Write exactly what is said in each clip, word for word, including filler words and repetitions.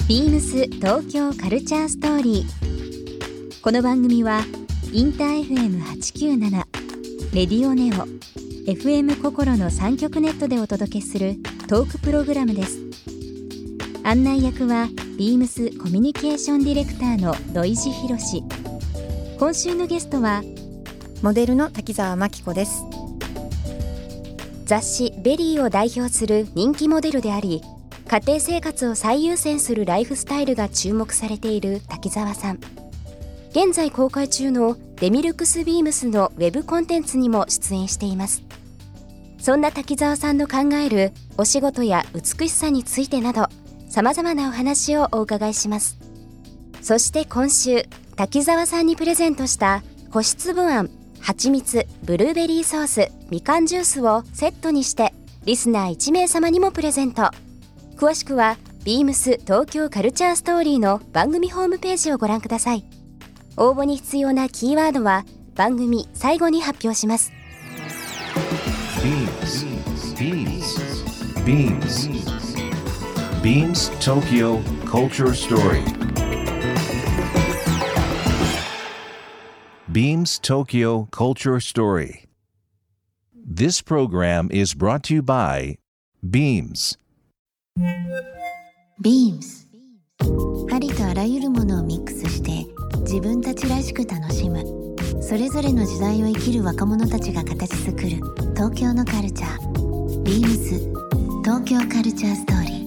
ビームス東京カルチャーストーリー。この番組はインター エフエムはちきゅうなな、レディオネオ、エフエム 心のさん局ネットでお届けするトークプログラムです。案内役はビームスコミュニケーションディレクターの土井博志。今週のゲストはモデルの滝沢真紀子です。 雑誌ベリーを代表する人気モデルであり、家庭生活を最優先するライフスタイルが注目されている滝沢さん。現在公開中のデミルクスビームスのウェブコンテンツにも出演しています。そんな滝沢さんの考えるお仕事や美しさについてなど、様々なお話をお伺いします。そして今週、滝沢さんにプレゼントした個室部あん、蜂蜜、ブルーベリーソース、みかんジュースをセットにしてリスナーいち名様にもプレゼント。詳しくはビームス東京カルチャーストーリーの番組ホームページをご覧ください。応募に必要なキーワードは番組最後に発表します。 ビームス ビームス ビームス ビームス Tokyo Culture Story Beams Tokyo Culture Story. This program is brought to you by Beams. ビームス、ありとあらゆるものをミックスして自分たちらしく楽しむ、それぞれの時代を生きる若者たちが形作る東京のカルチャー。ビームス東京カルチャーストーリー。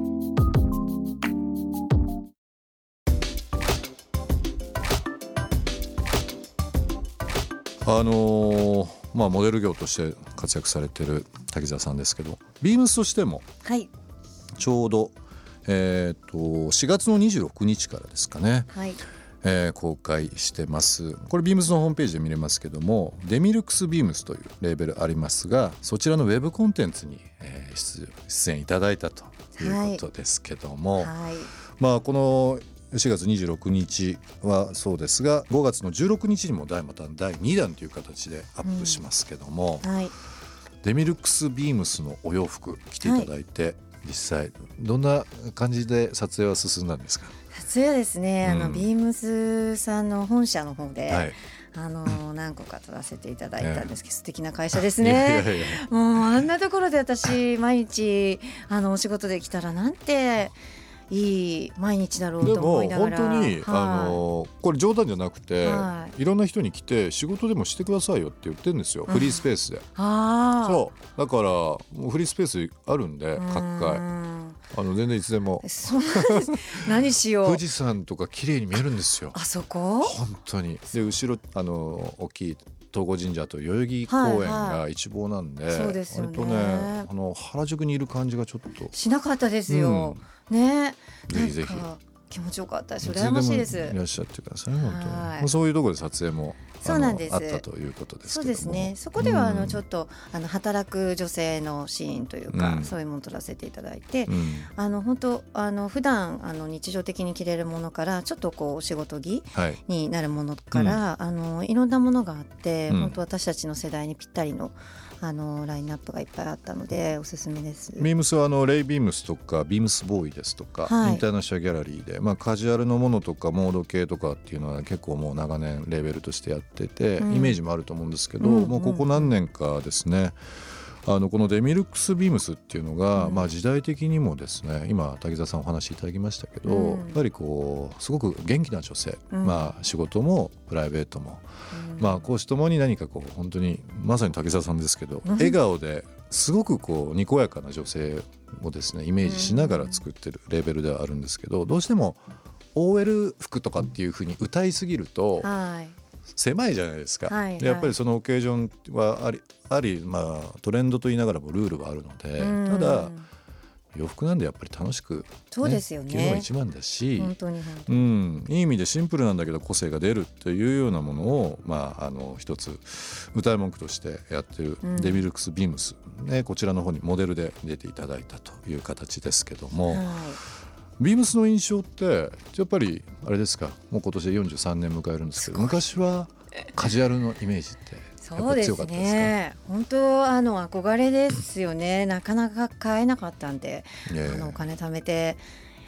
あのーまあ、モデル業として活躍されている滝沢さんですけど、ビームスとしてもちょうど、えー、としがつのにじゅうろくにちからですかね、 はいえー、公開してます。これビームスのホームページで見れますけども、デミルクスビームスというレーベルありますが、そちらのウェブコンテンツに、えー、出, 出演いただいたということですけども、 はいはい、 まあ、このしがつにじゅうろくにちはそうですが、ごがつのじゅうろくにちにもまただいにだんという形でアップしますけども、 うんはい、 デミルクスビームスのお洋服着ていただいて、はい、実際どんな感じで撮影は進んだんですか？ 撮影はですね、 うん、 あのビームスさんの本社の方で、 はい、 あの何個か撮らせていただいたんですけど、素敵な会社ですね。 いやいやいや、 もうあんなところで私毎日あのお仕事できたらなんていい毎日だろうと思いながら。 でも本当に、はい、あのこれ冗談じゃなくて、 はい、 いろんな人に来て仕事でもしてくださいよって言ってるんですよ、フリースペースで。 あそうだからもうフリースペースあるんで、各階あの全然いつでも。 そうなんです何しよう。 富士山とか綺麗に見えるんですよ、 あそこ本当に。で後ろあの大きい東郷神社と代々木公園が一望なんで、はいはい、 そうですよね、 割とね、あの原宿にいる感じがちょっとしなかったですよ、うん、ね。 ぜひぜひ気持ちよかったです。羨ましいです。 いらっしゃってください、本当に。そういうところで撮影もそうなんですあったということですけども。 そうですね。そこではあのちょっと、うん、あの働く女性のシーンというか、うん、そういうものを撮らせていただいて、うん、あの本当あの普段あの日常的に着れるものからちょっとこうお仕事着になるものから、はい、あのいろんなものがあって、うん、本当私たちの世代にぴったりのあのラインナップがいっぱいあったのでおすすめです。 ビームスはあのレイビームスとかビームスボーイですとか、はい、インターナショナルギャラリーで、まあ、カジュアルのものとかモード系とかっていうのは結構もう長年レーベルとしてやってて、うん、イメージもあると思うんですけど、うん、もうここ何年かですね、あのこのデミルクスビームスっていうのが、うん、まあ、時代的にもですね、今滝沢さんお話しいただきましたけど、うん、やっぱりこうすごく元気な女性、うん、まあ、仕事もプライベートも、うん、まあ、講師ともに何かこう本当にまさに滝沢さんですけど、うん、笑顔ですごくこうにこやかな女性をですねイメージしながら作ってるレーベルではあるんですけど、どうしても オーエル 服とかっていう風に歌いすぎると、はい、狭いじゃないですか、はいはい、でやっぱりそのオケージョンはあり、あり、まあ、トレンドと言いながらもルールはあるので、ただ洋服なんでやっぱり楽しく、ね、 そうですよね、 着るのが一番だし、 本当に本当に、うん、 いい意味でシンプルなんだけど個性が出るっていうようなものを、まあ、あの一つ歌い文句としてやってるデミルクスビームス、ね、こちらの方にモデルで出ていただいたという形ですけども、はい、ビームスの印象ってやっぱりあれですか、もう今年でよんじゅうさんねん迎えるんですけど、昔はカジュアルのイメージってそうですね、本当あの憧れですよね。なかなか買えなかったんで、あのお金貯めて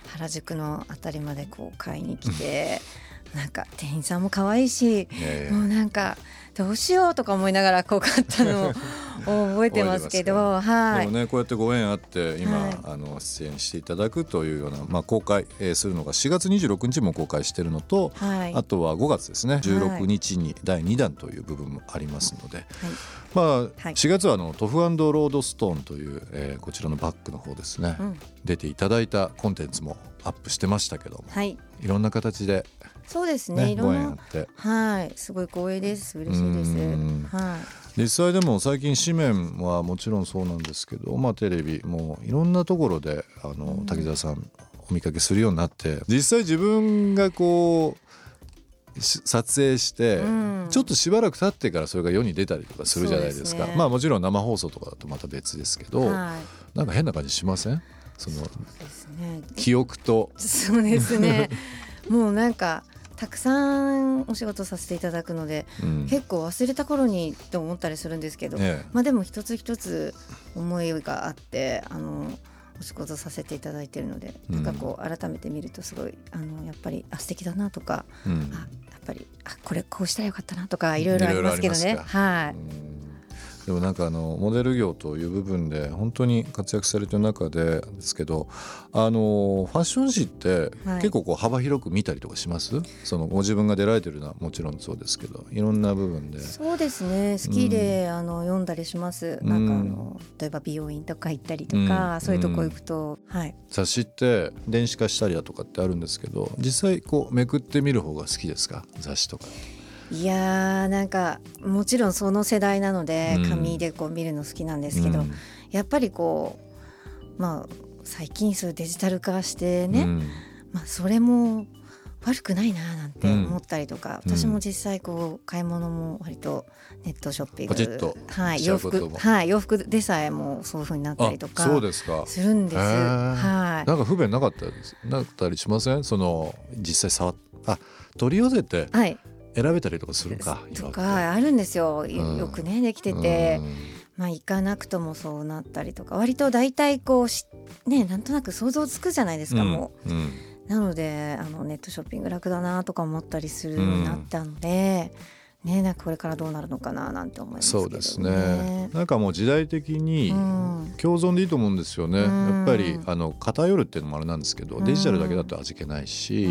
原宿のあたりまでこう買いに来てなんか店員さんも可愛いし、ね、もうなんかどうしようとか思いながらこう買ったのを覚えてますけどはい、 でもねこうやってご縁あって今、はい、あの出演していただくというような、まあ、公開、えー、するのがしがつにじゅうろくにちも公開しているのと、はい、あとはごがつですねじゅうろくにちにだいにだんという部分もありますので、はいまあ、しがつはあのトフ&ロードストーンという、えー、こちらのバッグの方ですね、うん、出ていただいたコンテンツもアップしてましたけども、はい、いろんな形でそうですね、いろんなはい、すごい光栄です、嬉しいです、はい、 実際でも最近紙面はもちろんそうなんですけど、まあ、テレビもいろんなところであの滝沢さんお見かけするようになって実際自分がこう撮影して、うん、ちょっとしばらく経ってからそれが世に出たりとかするじゃないですか。ですね、まあもちろん生放送とかだとまた別ですけど、はい、なんか変な感じしません？そのそうですね、記憶とそうですねもうなんかたくさんお仕事させていただくので、うん、結構忘れた頃にと思ったりするんですけど、ね、まあでも一つ一つ思いがあってあのお仕事させていただいているので、うん、なんかこう改めて見るとすごいあのやっぱりあ素敵だなとか、うん、あやっぱりあこれこうしたらよかったなとかいろいろありますけどね。はい。 でもなんかあのモデル業という部分で本当に活躍されてる中でですけど、あのファッション誌って結構こう幅広く見たりとかします？はい、そのご自分が出られてるのはもちろんそうですけどいろんな部分で。 そうですね、好きで、うん、あの読んだりします。なんかあの例えば美容院とか行ったりとか、うん、そういうとこ行くと、うんはい、 雑誌って電子化したりだとかってあるんですけど実際こうめくってみる方が好きですか？雑誌とか。 いやーなんかもちろんその世代なので紙でこう見るの好きなんですけど、うん、やっぱりこうまあ最近そういうデジタル化してね、うんまあ、それも悪くないななんて思ったりとか、うん、私も実際こう買い物も割とネットショッピング、 パチッとはい、洋服、はい、洋服でさえもそういう風になったりとかするんです。 はい、なんか不便なかったですなったりしません？その実際触っあ取り寄せて、はい選べたりとかするかとかあるんですよ、よくねできてて、うんまあ、行かなくともそうなったりとか割と大体こうし、ね、なんとなく想像つくじゃないですか、うん、もう、うん、なのであのネットショッピング楽だなとか思ったりするようになったので、うんね、なんかこれからどうなるのかななんて思いますけどね。 そうですね、なんかもう時代的に共存でいいと思うんですよね、うん、やっぱりあの偏るっていうのもあれなんですけど、うん、デジタルだけだと味気ないし、うん、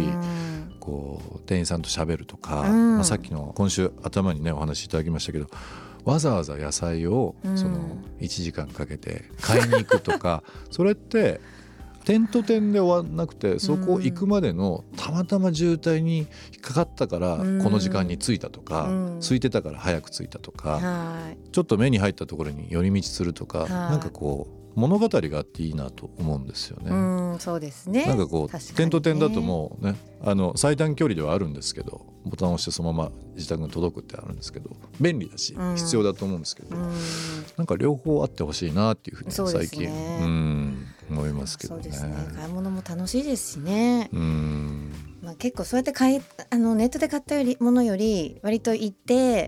こう店員さんと喋るとか、うんまあ、さっきの今週頭にねお話しいただきましたけどわざわざ野菜をそのいちじかんかけて買いに行くとか、うん、それって点と点で終わんなくてそこ行くまでのたまたま渋滞に引っかかったからこの時間に着いたとか、うん、空いてたから早く着いたとか、うん、ちょっと目に入ったところに寄り道するとか、なんかこう物語があっていいなと思うんですよね。 うんそうですね、 なんかこう、ね、点と点だともうねあの最短距離ではあるんですけどボタンを押してそのまま自宅に届くってあるんですけど便利だし必要だと思うんですけど、うん、なんか両方あってほしいなっていうふうに最近う、ね、うん思いますけどね。 そうですね、買い物も楽しいですしね。うんまあ、結構そうやって買いあのネットで買ったよりものより割と行って、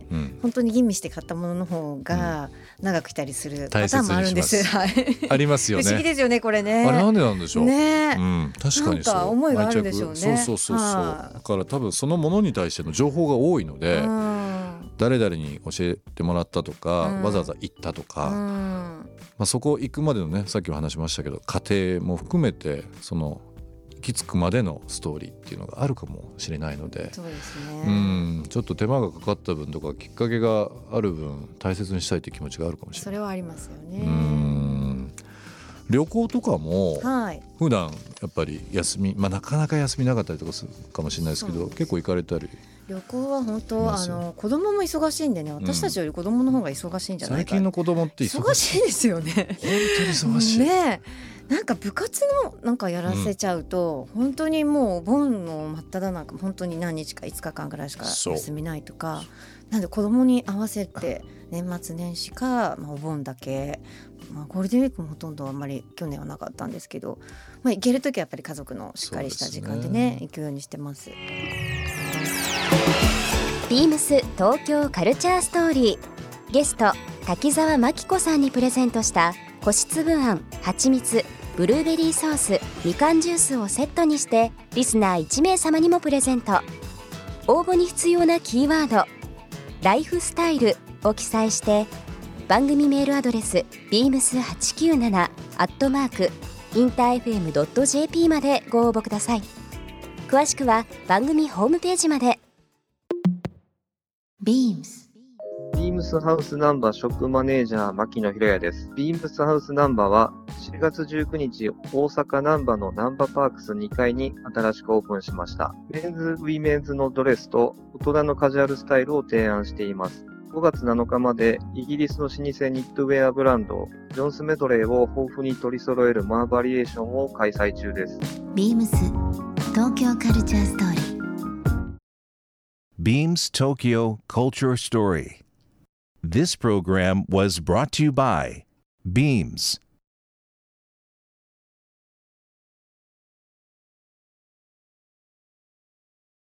うん、本当に吟味して買ったものの方が長く来たりするパターンもあるんです。はい、 ありますよね。 不思議ですよねこれね。 あれなんでなんでしょうね、 うん、確かにそう。 なんか思いがあるんでしょうね。 そうそうそうそう。だから多分そのものに対しての情報が多いので、誰々に教えてもらったとか、うん、わざわざ行ったとか、うんまあ、そこ行くまでのねさっきも話しましたけど過程も含めてその行き着くまでのストーリーっていうのがあるかもしれないので、 そうですね、 うんちょっと手間がかかった分とかきっかけがある分大切にしたいという気持ちがあるかもしれない。 それはありますよね。 うん旅行とかも普段やっぱり休み、まあ、なかなか休みなかったりとかするかもしれないですけど、結構行かれたり。 旅行は本当あの子供も忙しいんでね、私たちより子供の方が忙しいんじゃないか、 うん、最近の子供って忙しいですよね。本当に忙しいね。なんか部活のなんかやらせちゃうと、うん、本当にもうお盆の真っ只中本当に何日かいつかかんぐらいしか休みないとかなんで子供に合わせて年末年始か、まあ、お盆だけ、まあ、ゴールデンウィークもほとんどあんまり去年はなかったんですけど、まあ、行けるときはやっぱり家族のしっかりした時間でね、ね行くようにしてます。 ビームス東京カルチャーストーリー、ゲスト滝沢眞紀子さんにプレゼントした個室部案はちみつブルーベリーソースみかんジュースをセットにしてリスナーいちめい様にもプレゼント。応募に必要なキーワードライフスタイルを記載して番組メールアドレス ビームスはちきゅうなな アットマーク インターエフエム ドット ジェーピー までご応募ください。詳しくは番組ホームページまで。 ビームスビームスハウスナンバーショップマネージャー牧野博也です。ビームスハウスナンバーはしがつじゅうくにち大阪ナンバーのナンバーパークスにかいに新しくオープンしました。メンズ・ウィメンズのドレスと大人のカジュアルスタイルを提案しています。ごがつなのかまでイギリスの老舗ニットウェアブランドジョンスメドレーを豊富に取り揃えるマーバリエーションを開催中です。 ビームス東京カルチャーストーリー Beams Tokyo Culture Story. This program was brought to you by Beams.